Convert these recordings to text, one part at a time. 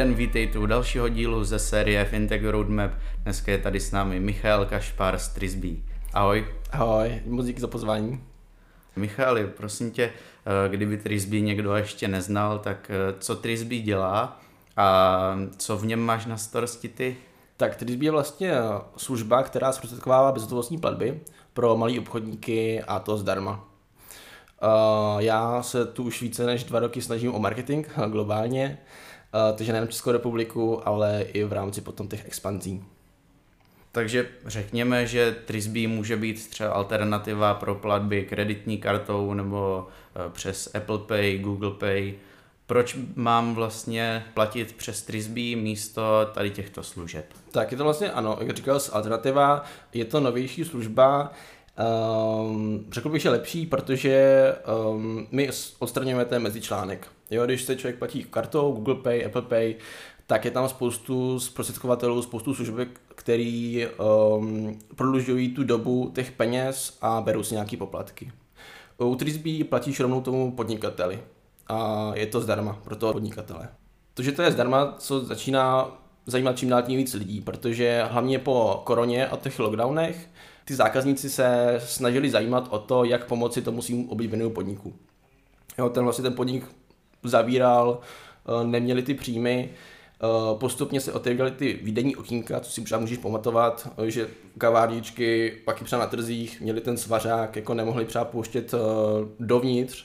den, vítejte u dalšího dílu ze série Fintech Roadmap. Dneska je tady s námi Michal Kašpar z TRISBee. Ahoj. Ahoj, moc díky za pozvání. Michali, prosím tě, kdyby TRISBee někdo ještě neznal, tak co TRISBee dělá a co v něm máš na starosti ty? Tak TRISBee je vlastně služba, která zprostředkovává bezhotovostní platby pro malé obchodníky a to zdarma. Já se tu už více než 2 roky snažím o marketing globálně, takže nejen Českou republiku, ale i v rámci potom těch expanzí. Takže řekněme, že TRISBee může být třeba alternativa pro platby kreditní kartou nebo přes Apple Pay, Google Pay. Proč mám vlastně platit přes TRISBee místo tady těchto služeb? Tak je to vlastně, ano, jak říkal jsi, alternativa, je to novější služba, řekl bych, že lepší, protože my odstraňujeme ten mezičlánek. Jo, když se člověk platí kartou, Google Pay, Apple Pay, tak je tam spoustu zprostředkovatelů, spoustu služeb, který prodlužují tu dobu těch peněz a berou si nějaký poplatky. U TRISBee platíš rovnou tomu podnikateli a je to zdarma pro toho podnikatele. To, že to je zdarma, co začíná zajímat čím dál tím víc lidí, protože hlavně po koroně a těch lockdownech ty zákazníci se snažili zajímat o to, jak pomoci tomu svým oblíbenému podniku. Jo, ten podnik zavíral, neměli ty příjmy, postupně se otevíraly ty výdejní okýnka, co si třeba můžeš pamatovat, že kavárničky, pak i třeba na trzích, měli ten svařák, jako nemohli třeba pouštět dovnitř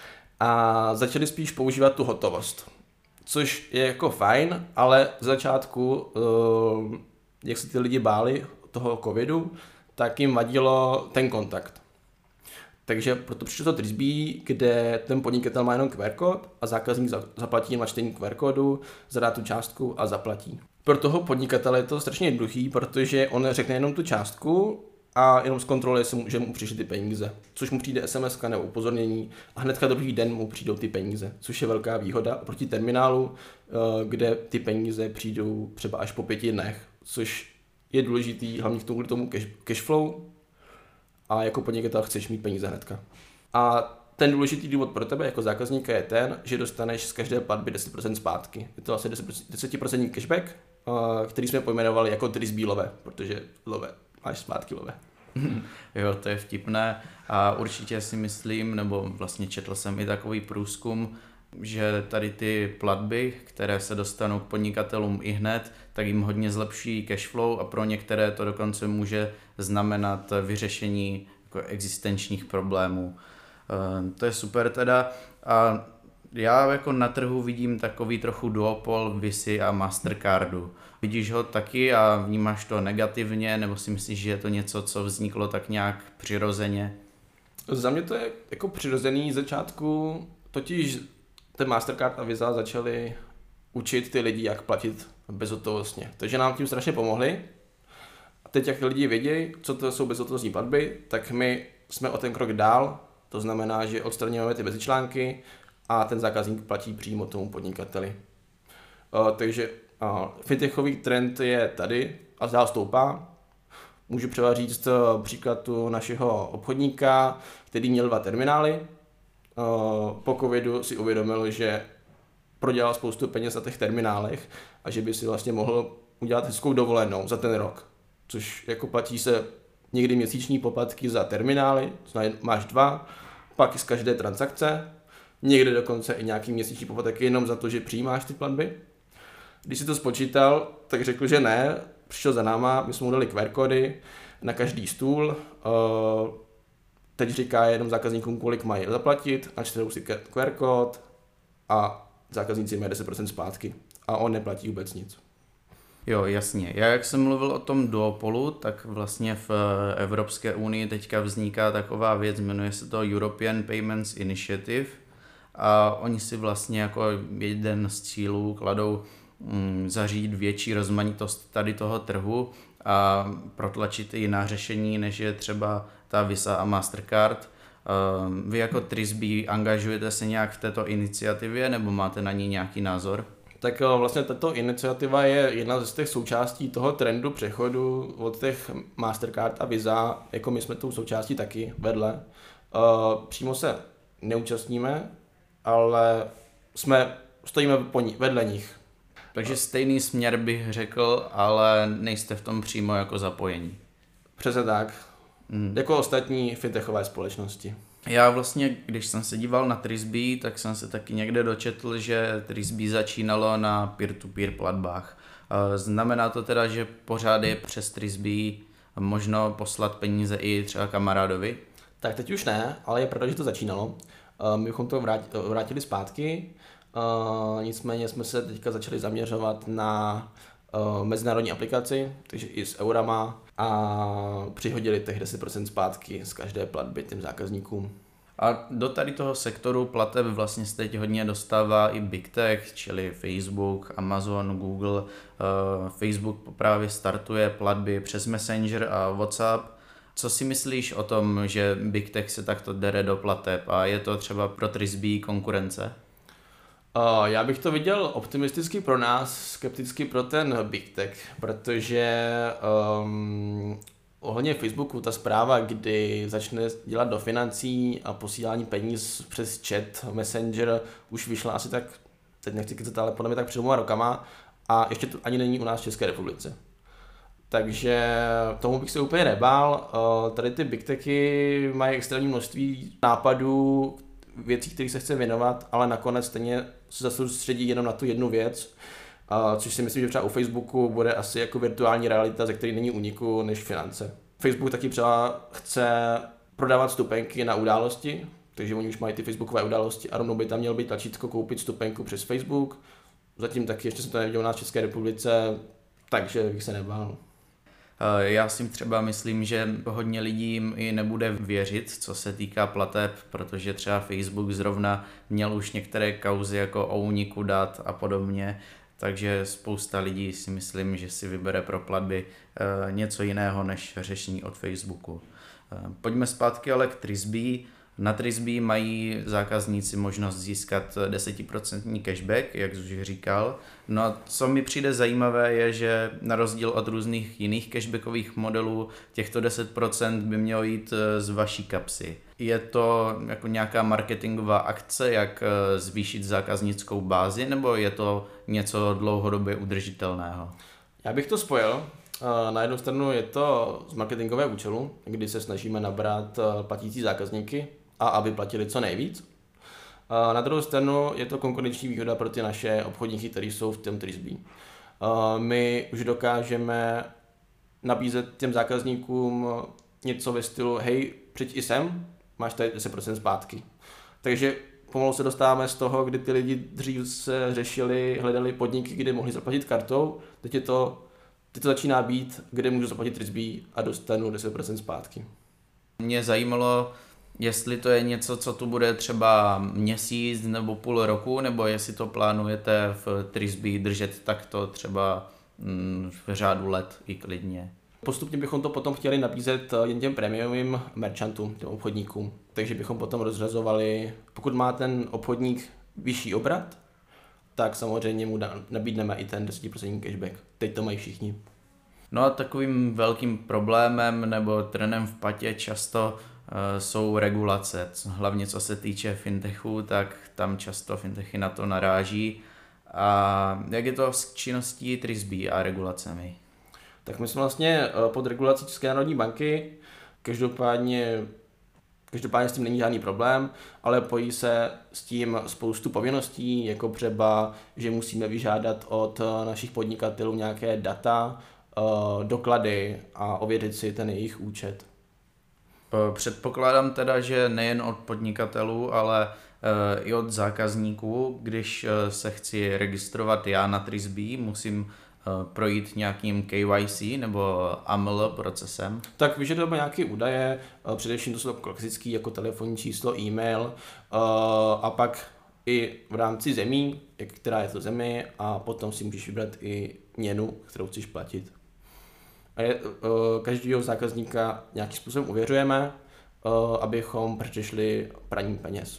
a začali spíš používat tu hotovost. Což je jako fajn, ale z začátku, jak se ty lidi báli toho covidu, tak jim vadilo ten kontakt. Takže proto přišlo to TRISBee, kde ten podnikatel má jenom QR kód a zákazník zaplatí na čtení QR kódu, zadá tu částku a zaplatí. Pro toho podnikatele je to strašně jednoduchý, protože on řekne jenom tu částku a jenom zkontroluje, že mu přišly ty peníze. Což mu přijde SMS nebo upozornění a hnedka druhý den mu přijdou ty peníze, což je velká výhoda oproti terminálu, kde ty peníze přijdou třeba až po 5 dnech, což je důležitý hlavně kvůli tomu cashflow a jako podnikatel chceš mít peníze hnedka. A ten důležitý důvod pro tebe jako zákazníka je ten, že dostaneš z každé platby 10% zpátky. Je to asi 10% cashback, který jsme pojmenovali jako TRISBee love, protože love, máš zpátky love. Jo, to je vtipné a určitě si myslím, nebo vlastně četl jsem i takový průzkum, že tady ty platby, které se dostanou k podnikatelům i hned, tak jim hodně zlepší cashflow a pro některé to dokonce může znamenat vyřešení jako existenčních problémů. To je super teda a já jako na trhu vidím takový trochu duopol Visy a Mastercardu. Vidíš ho taky a vnímáš to negativně, nebo si myslíš, že je to něco, co vzniklo tak nějak přirozeně? Za mě to je jako přirozený začátku, totiž ten Mastercard a Visa začali učit ty lidi, jak platit bezhotovostně. Takže nám tím strašně pomohli. A teď, jak lidi vědí, co to jsou bezhotovostní platby, tak my jsme o ten krok dál. To znamená, že odstraňujeme ty mezičlánky a ten zákazník platí přímo tomu podnikateli. Takže fintechový trend je tady a dál stoupá. Můžu třeba říct příklad tu našeho obchodníka, který měl 2 terminály. Po covidu si uvědomil, že prodělal spoustu peněz na těch terminálech a že by si vlastně mohl udělat hezkou dovolenou za ten rok. Což jako platí se někdy měsíční poplatky za terminály, máš 2, pak z každé transakce, někdy dokonce i nějaký měsíční poplatek jenom za to, že přijímáš ty platby. Když si to spočítal, tak řekl, že ne, přišel za náma, my jsme mu dali QR kódy na každý stůl, teď říká jenom zákazníkům, kolik mají zaplatit, načtou si QR kód a zákazníci mají 10% zpátky a on neplatí vůbec nic. Jo, jasně. Já jak jsem mluvil o tom duopolu, tak vlastně v Evropské unii teďka vzniká taková věc, jmenuje se to European Payments Initiative a oni si vlastně jako jeden z cílů kladou zařídit větší rozmanitost tady toho trhu a protlačit i jiná řešení, než je třeba ta Visa a Mastercard. Vy jako TRISBee angažujete se nějak v této iniciativě nebo máte na ní nějaký názor? Tak vlastně tato iniciativa je jedna z těch součástí toho trendu přechodu od těch Mastercard a Visa, jako my jsme tou součástí taky vedle. Přímo se neúčastníme, ale stojíme vedle nich. Takže stejný směr bych řekl, ale nejste v tom přímo jako zapojení. Přesně tak. Jako ostatní fintechové společnosti. Já vlastně, když jsem se díval na Trisby, tak jsem se taky někde dočetl, že Trisby začínalo na peer-to-peer platbách. Znamená to teda, že pořád je přes Trisby možno poslat peníze i třeba kamarádovi? Tak teď už ne, ale je pravda, že to začínalo. My bychom to vrátili zpátky, nicméně jsme se teďka začali zaměřovat na mezinárodní aplikaci, takže i s eurama a přihodili těch 10% zpátky z každé platby těm zákazníkům. A do tady toho sektoru plateb vlastně se teď hodně dostává i Big Tech, čili Facebook, Amazon, Google. Facebook právě startuje platby přes Messenger a WhatsApp. Co si myslíš o tom, že Big Tech se takto dere do plateb a je to třeba pro Trisby konkurence? Já bych to viděl optimisticky pro nás, skepticky pro ten Big Tech, protože ohledně Facebooku ta zpráva, kdy začne dělat do financí a posílání peníz přes chat, Messenger, už vyšla asi tak, teď nechci kecat, ale podle mě tak před 2 rokama a ještě to ani není u nás v České republice. Takže tomu bych se úplně nebál. Tady ty Big Techy mají extrémní množství nápadů, věcí, kterých se chce věnovat, ale nakonec stejně se soustředí jenom na tu jednu věc, což si myslím, že třeba u Facebooku bude asi jako virtuální realita, ze které není úniku než finance. Facebook taky třeba chce prodávat vstupenky na události, takže oni už mají ty facebookové události a rovnou by tam mělo být tlačítko koupit vstupenku přes Facebook. Zatím taky ještě se to nevidělo u nás v České republice, takže bych se nebál. Já si třeba myslím, že hodně lidí jim i nebude věřit, co se týká plateb, protože třeba Facebook zrovna měl už některé kauzy jako o úniku dat a podobně, takže spousta lidí si myslím, že si vybere pro platby něco jiného než řešení od Facebooku. Pojďme zpátky ale k Trisby. Na Trisby mají zákazníci možnost získat 10% cashback, jak už říkal. No a co mi přijde zajímavé je, že na rozdíl od různých jiných cashbackových modelů, těchto 10% by mělo jít z vaší kapsy. Je to jako nějaká marketingová akce, jak zvýšit zákaznickou bázi, nebo je to něco dlouhodobě udržitelného? Já bych to spojil. Na jednu stranu je to z marketingového účelu, kdy se snažíme nabrat platící zákazníky a aby platili co nejvíc. Na druhou stranu je to konkurenční výhoda pro ty naše obchodníky, kteří jsou v tom Trisby. My už dokážeme nabízet těm zákazníkům něco ve stylu hej, přijď i sem, máš tady 10% zpátky. Takže pomalu se dostáváme z toho, kdy ty lidi dřív se řešili, hledali podniky, kde mohli zaplatit kartou, teď to začíná být, kde můžu zaplatit Trisby a dostanu 10% zpátky. Mě zajímalo, jestli to je něco, co tu bude třeba měsíc nebo půl roku, nebo jestli to plánujete v Trisby držet takto třeba v řádu let i klidně. Postupně bychom to potom chtěli nabízet jen těm prémiovým merchantům, těm obchodníkům. Takže bychom potom rozřazovali, pokud má ten obchodník vyšší obrat, tak samozřejmě mu nabídneme i ten 10% cashback. Teď to mají všichni. No a takovým velkým problémem nebo trendem v patě často jsou regulace. Hlavně co se týče fintechu, tak tam často fintechy na to naráží. A jak je to s činností Trisby a regulacemi? Tak my jsme vlastně pod regulací České národní banky, každopádně s tím není žádný problém, ale pojí se s tím spoustu povinností, jako třeba, že musíme vyžádat od našich podnikatelů nějaké data, doklady a ověřit si ten jejich účet. Předpokládám teda, že nejen od podnikatelů, ale i od zákazníků. Když se chci registrovat já na Trisby, musím projít nějakým KYC nebo AML procesem? Tak vyžadujeme nějaké údaje, především to jsou klasické jako telefonní číslo, e-mail a pak i v rámci zemí, která je to země a potom si můžeš vybrat i měnu, kterou chceš platit. A každého zákazníka nějakým způsobem uvěřujeme, abychom předešli praní peněz.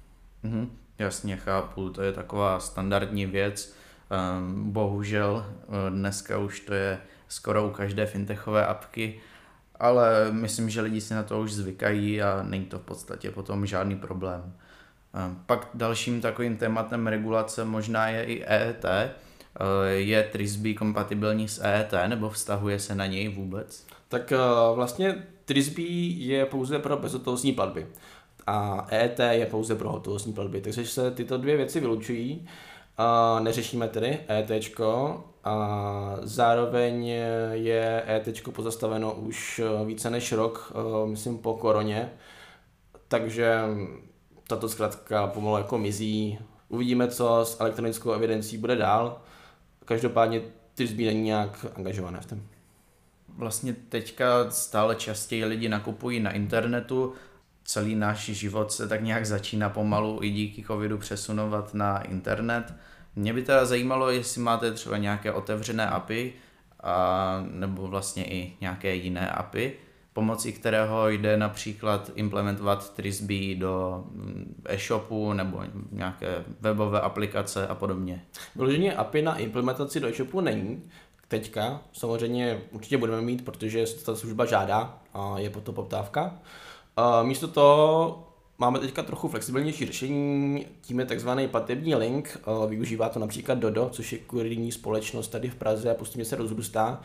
Jasně, chápu, to je taková standardní věc. Bohužel dneska už to je skoro u každé fintechové apky, ale myslím, že lidi si na to už zvykají a není to v podstatě potom žádný problém. Pak dalším takovým tématem regulace možná je i EET. Je Trisby kompatibilní s EET nebo vztahuje se na něj vůbec? Tak vlastně Trisby je pouze pro bezhotovostní platby a EET je pouze pro hotovostní platby, takže se tyto dvě věci vylučují. Neřešíme tedy EETčko a zároveň je EETčko pozastaveno už více než rok, myslím po koroně, takže tato zkratka pomalu jako mizí. Uvidíme, co s elektronickou evidencí bude dál. Každopádně Trisby není nějak angažované v tom. Vlastně teďka stále častěji lidi nakupují na internetu, celý náš život se tak nějak začíná pomalu i díky covidu přesunovat na internet. Mě by teda zajímalo, jestli máte třeba nějaké otevřené API nebo vlastně i nějaké jiné API, pomocí kterého jde například implementovat Trisby do e-shopu nebo nějaké webové aplikace a podobně. Vyloženě API na implementaci do e-shopu není. Teďka samozřejmě určitě budeme mít, protože ta služba žádá a je po to poptávka. Místo toho máme teďka trochu flexibilnější řešení, tím je takzvaný platební link, využívá to například Dodo, což je kurýrní společnost tady v Praze a postupně se rozrůstá.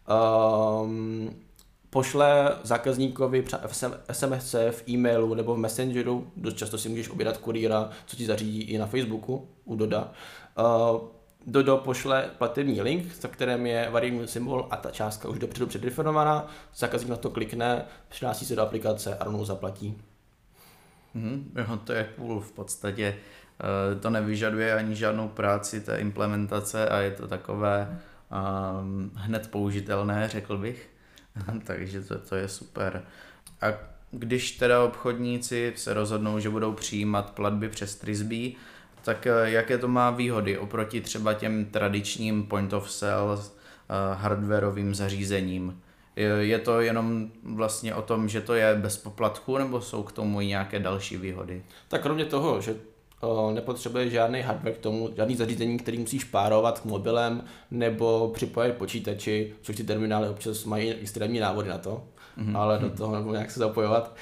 Pošle zákazníkovi v SMS, v e-mailu nebo v Messengeru, dost často si můžeš objednat kurýra, co ti zařídí i na Facebooku u Doda. Dodo pošle platební link, v kterém je variantní symbol a ta částka už dopředu předdefinovaná, zákazník na to klikne, přihlásí se do aplikace a rovnou zaplatí. Jo, to je cool, v podstatě to nevyžaduje ani žádnou práci té implementace a je to takové hned použitelné, řekl bych, takže to je super. A když teda obchodníci se rozhodnou, že budou přijímat platby přes Trisby, tak jaké to má výhody oproti třeba těm tradičním point of sale hardwarovým zařízením? Je to jenom vlastně o tom, že to je bez poplatku, nebo jsou k tomu i nějaké další výhody? Tak kromě toho, že nepotřebuje žádný hardware k tomu, žádný zařízení, který musíš párovat k mobilem nebo připojit počítači, což ty terminály občas mají extrémní návody na to, ale do toho nebo nějak se zapojovat.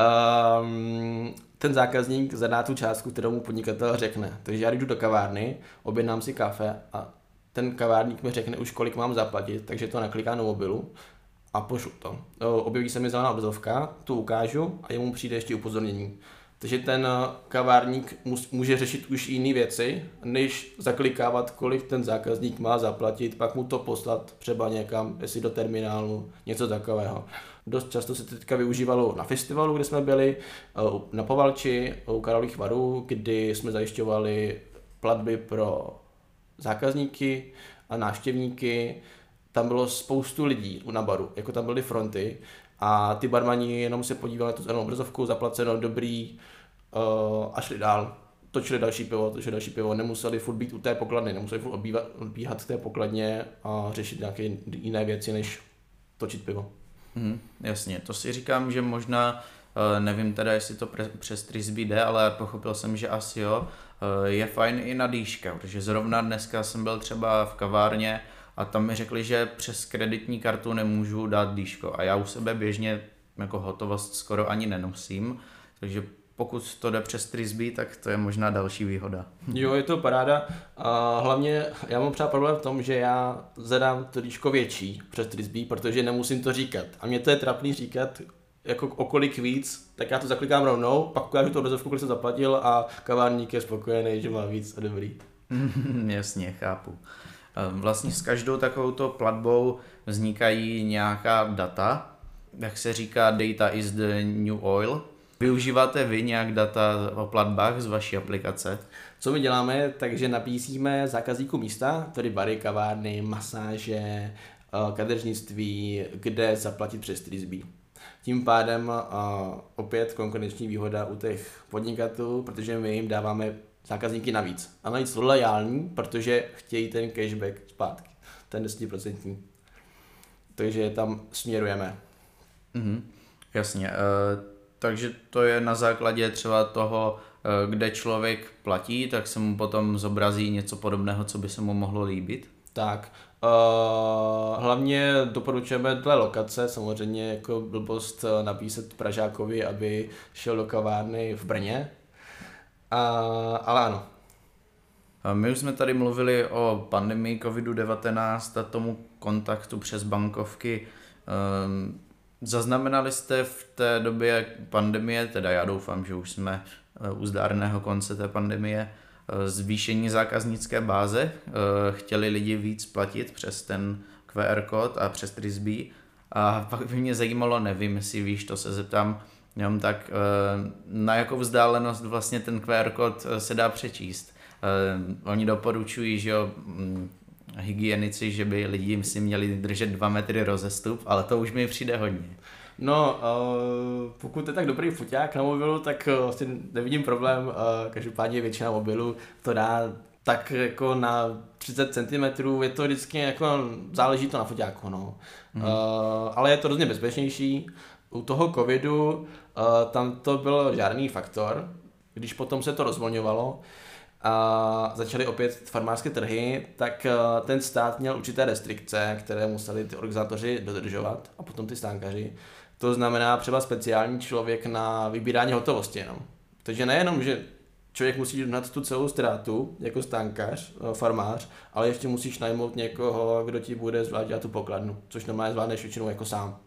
Ten zákazník zadá tu částku, kterou mu podnikatel řekne. Takže já jdu do kavárny, objednám si kafe a ten kavárník mi řekne už, kolik mám zaplatit, takže to nakliká na mobilu a pošlu to. Objeví se mi zelená obrazovka, tu ukážu a jemu přijde ještě upozornění. Takže ten kavárník může řešit už jiné věci, než zaklikávat, kolik ten zákazník má zaplatit, pak mu to poslat třeba někam, jestli do terminálu, něco takového. Dost často se teďka využívalo na festivalu, kde jsme byli, na Povalči, u Karlových Varů, kdy jsme zajišťovali platby pro zákazníky a návštěvníky. Tam bylo spoustu lidí na baru, jako tam byly fronty a ty barmani jenom se podívali na tu zelenou obrazovku, zaplaceno, dobrý, a šli dál. Točili další pivo, nemuseli furt být u té pokladny, nemuseli furt odbíhat k té pokladně a řešit nějaké jiné věci, než točit pivo. Jasně, to si říkám, že možná, nevím teda, jestli to přes Trisby jde, ale pochopil jsem, že asi jo, je fajn i na dýška, protože zrovna dneska jsem byl třeba v kavárně a tam mi řekli, že přes kreditní kartu nemůžu dát dýško a já u sebe běžně jako hotovost skoro ani nenosím, takže pokud to jde přes Trisby, tak to je možná další výhoda. Jo, je to paráda a hlavně já mám třeba problém v tom, že já zadám to dýško větší přes Trisby, protože nemusím to říkat a mě to je trapný říkat jako o kolik víc, tak já to zaklikám rovnou, pak ukážu tu obrazovku, kolik jsem zaplatil a kavárník je spokojený, že má víc a dobrý. Jasně, chápu. Vlastně s každou takovouto platbou vznikají nějaká data, jak se říká, data is the new oil. Využíváte vy nějak data o platbách z vaší aplikace? Co my děláme, takže nabízíme zákazníkům místa, tedy bary, kavárny, masáže, kadeřnictví, kde zaplatit přes Trisby. Tím pádem opět konkurenční výhoda u těch podnikatelů, protože my jim dáváme zákazníky navíc. A navíc loajální, protože chtějí ten cashback zpátky, ten 10%. Takže je tam směrujeme. Jasně, takže to je na základě třeba toho, kde člověk platí, tak se mu potom zobrazí něco podobného, co by se mu mohlo líbit? Tak, hlavně doporučujeme dle lokace, samozřejmě jako blbost napísat Pražákovi, aby šel do kavárny v Brně, ale ano. My už jsme tady mluvili o pandemii COVID-19 a tomu kontaktu přes bankovky. Zaznamenali jste v té době pandemie, teda já doufám, že už jsme u zdárného konce té pandemie, zvýšení zákaznické báze? Chtěli lidi víc platit přes ten QR kód a přes Trisbee? A pak by mě zajímalo, nevím, jestli víš, to se zeptám, jenom tak, na jakou vzdálenost vlastně ten QR kód se dá přečíst. Oni doporučují, že jo, hygienici, že by lidi si měli držet 2 metry rozestup, ale to už mi přijde hodně. No, pokud je tak dobrý foťák na mobilu, tak vlastně nevidím problém, každopádně většina mobilů to dá tak jako na 30 cm, je to vždycky jako, záleží to na foťáku, no. Ale je to hrozně bezpečnější. U toho covidu tam to byl žádný faktor, když potom se to rozvolňovalo a začaly opět farmářské trhy, tak ten stát měl určité restrikce, které museli ty organizátoři dodržovat a potom ty stánkaři. To znamená třeba speciální člověk na vybírání hotovosti jenom. Takže nejenom, že člověk musí dohnat tu celou ztrátu jako stánkař, farmář, ale ještě musíš najmout někoho, kdo ti bude zvládat dělat tu pokladnu, což normálně zvládneš většinou jako sám.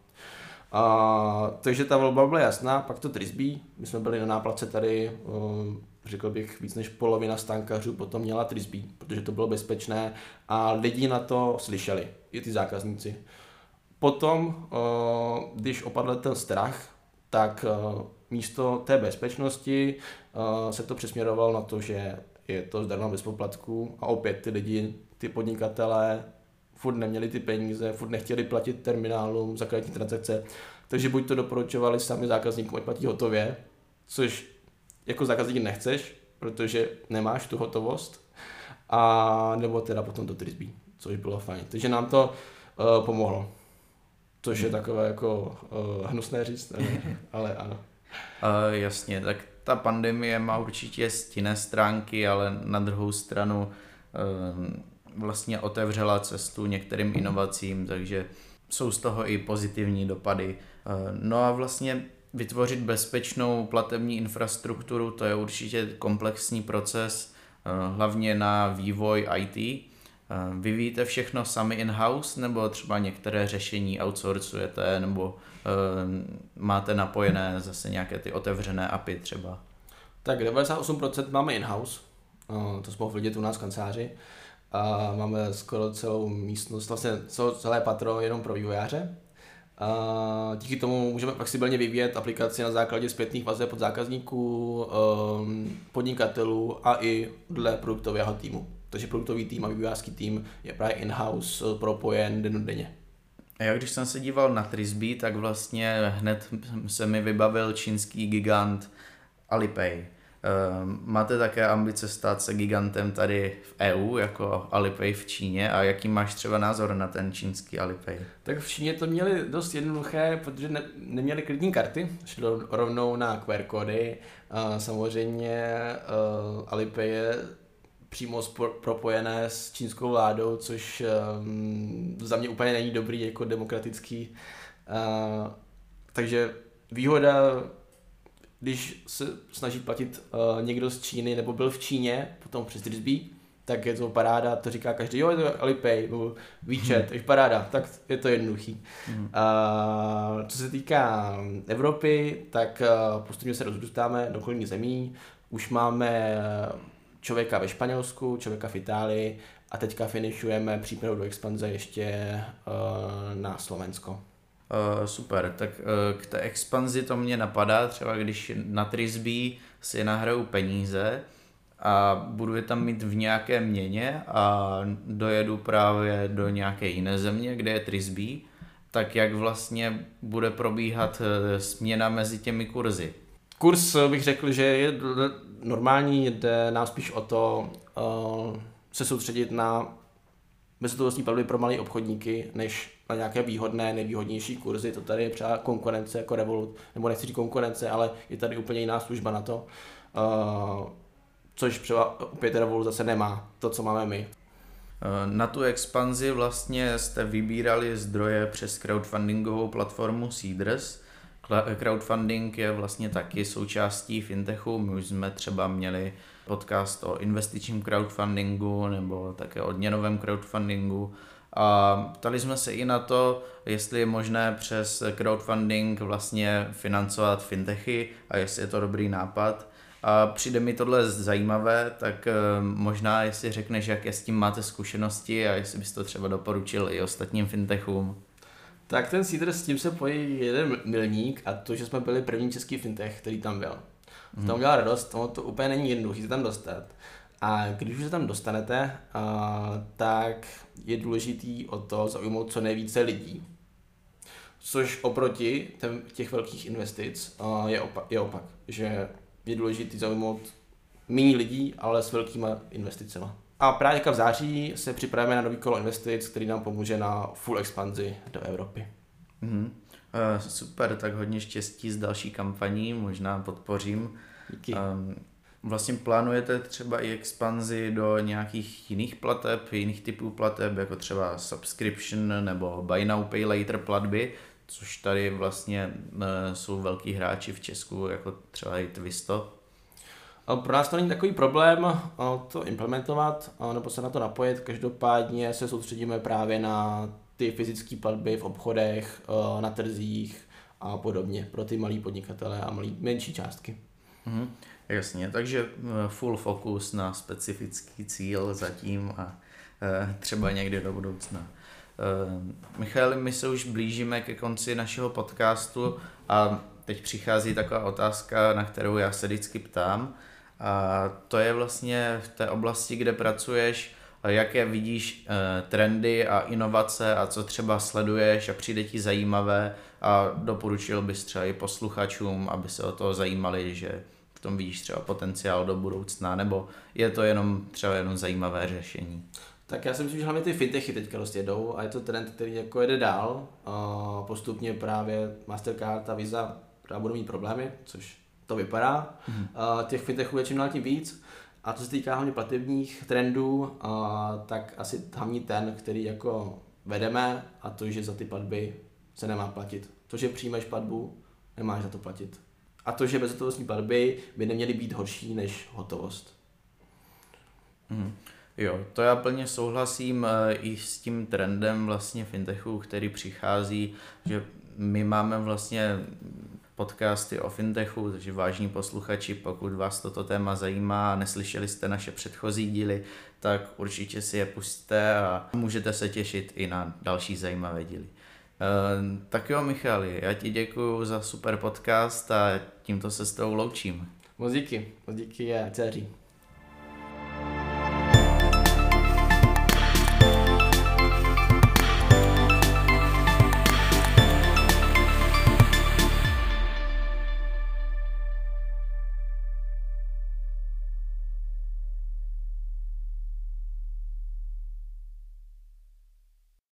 Takže ta volba byla jasná, pak to Trisbee, my jsme byli na náplatce tady, řekl bych víc než polovina stánkařů potom měla Trisbee, protože to bylo bezpečné a lidi na to slyšeli, i ty zákazníci. Potom, když opadl ten strach, tak místo té bezpečnosti se to přesměrovalo na to, že je to zdarma bez poplatků a opět ty lidi, ty podnikatelé furt neměli ty peníze, furt nechtěli platit terminálům za kreditní transakce, takže buď to doporučovali sami zákazníkům, ať platí hotově, což jako zákazník nechceš, protože nemáš tu hotovost, a nebo teda potom to Trisbee, což bylo fajn. Takže nám to pomohlo. Což je takové jako hnusné říct, ale ano. Jasně, tak ta pandemie má určitě stinné stránky, ale na druhou stranu vlastně otevřela cestu některým inovacím, takže jsou z toho i pozitivní dopady. No a vlastně vytvořit bezpečnou platební infrastrukturu, to je určitě komplexní proces, hlavně na vývoj IT. Vyvíjíte všechno sami in-house, nebo třeba některé řešení outsourcujete, nebo máte napojené zase nějaké ty otevřené API třeba? Tak 98% máme in-house, to jsme vidět u nás v kanceláři. A máme skoro celou místnost, vlastně celé patro jenom pro vývojáře. A díky tomu můžeme flexibilně vyvíjet aplikaci na základě zpětných vazeb od zákazníků, podnikatelů a i dle produktového týmu. Takže produktový tým a vývojářský tým je právě in-house propojen dennodenně. A já když jsem se díval na Trisbee, tak vlastně hned se mi vybavil čínský gigant Alipay. Máte také ambice stát se gigantem tady v EU, jako Alipay v Číně, a jaký máš třeba názor na ten čínský Alipay? Tak v Číně to měli dost jednoduché, protože neměli kreditní karty, šli rovnou na QR kódy. Samozřejmě Alipay je přímo propojené s čínskou vládou, což za mě úplně není dobrý jako demokratický. Takže výhoda, když se snaží platit někdo z Číny nebo byl v Číně, potom přes Trisbee, tak je to paráda, to říká každý, jo, je to Alipay, nebo WeChat, takže paráda, tak je to jednoduchý. Co se týká Evropy, tak postupně se rozrůstáme do okolních zemí, už máme člověka ve Španělsku, člověka v Itálii a teďka finišujeme přípravu do expanze ještě na Slovensko. Super, tak k té expanzi to mě napadá, třeba když na Trisbee si nahraju peníze a budu je tam mít v nějaké měně a dojedu právě do nějaké jiné země, kde je Trisbee, tak jak vlastně bude probíhat směna mezi těmi kurzy? Kurz bych řekl, že je normální, jde nám spíš o to se soustředit na bezhotovostní platby pro malé obchodníky, než na nějaké výhodné, nevýhodnější kurzy. To tady je třeba konkurence jako Revolut, nebo nechci říct konkurence, ale je tady úplně jiná služba na to, což třeba opět Revolut zase nemá, to, co máme my. Na tu expanzi vlastně jste vybírali zdroje přes crowdfundingovou platformu Seedrs. Crowdfunding je vlastně taky součástí fintechu. My už jsme třeba měli podcast o investičním crowdfundingu nebo také odměnovém crowdfundingu. A ptali jsme se i na to, jestli je možné přes crowdfunding vlastně financovat fintechy a jestli je to dobrý nápad. A přijde mi tohle zajímavé, tak možná jestli řekneš, jaké s tím máte zkušenosti a jestli bys to třeba doporučil i ostatním fintechům. Tak ten Seeder, s tím se pojí jeden milník a to, že jsme byli první český fintech, který tam byl. V tom udělal radost, to úplně není jednoduché se tam dostat. A když už se tam dostanete, tak je důležitý o to zaujmout co nejvíce lidí. Což oproti těch velkých investic je opak, že je důležitý zaujmout méně lidí, ale s velkýma investicemi. A právě v září se připravíme na nový kolo investic, který nám pomůže na full expanzi do Evropy. Super, tak hodně štěstí s další kampaní, možná podpořím. Díky. Vlastně plánujete třeba i expanzi do nějakých jiných plateb, jiných typů plateb, jako třeba subscription nebo buy now, pay later platby, což tady vlastně jsou velký hráči v Česku, jako třeba i Twisto. Pro nás to není takový problém to implementovat nebo se na to napojit, každopádně se soustředíme právě na ty fyzické platby v obchodech, na trzích a podobně pro ty malý podnikatele a menší částky. Jasně, takže full focus na specifický cíl zatím a třeba někdy do budoucna. Michale, my se už blížíme ke konci našeho podcastu a teď přichází taková otázka, na kterou já se vždycky ptám. A to je vlastně v té oblasti, kde pracuješ, jaké vidíš trendy a inovace a co třeba sleduješ a přijde ti zajímavé a doporučil bys třeba i posluchačům, aby se o to zajímali, že v tom vidíš třeba potenciál do budoucna, nebo je to třeba jenom zajímavé řešení? Tak já si myslím, že hlavně ty fintechy teďka jedou a je to trend, který jako jede dál. Postupně právě Mastercard a Visa budou mít problémy, což to vypadá. Těch fintechů je čím dál tím víc. A co se týká hlavně platebních trendů, tak asi hlavní ten, který jako vedeme, a to, že za ty platby se nemá platit. To, že přijmeš platbu, nemáš za to platit. A to, že bezhotovostní platby by neměly být horší než hotovost. Jo, to já plně souhlasím i s tím trendem vlastně fintechu, který přichází, že my máme vlastně podcasty o fintechu, takže vážní posluchači, pokud vás toto téma zajímá a neslyšeli jste naše předchozí díly, tak určitě si je pusťte a můžete se těšit i na další zajímavé díly. Tak jo, Michali, já ti děkuju za super podcast a tímto se s tebou loučím. Moc díky a dceří.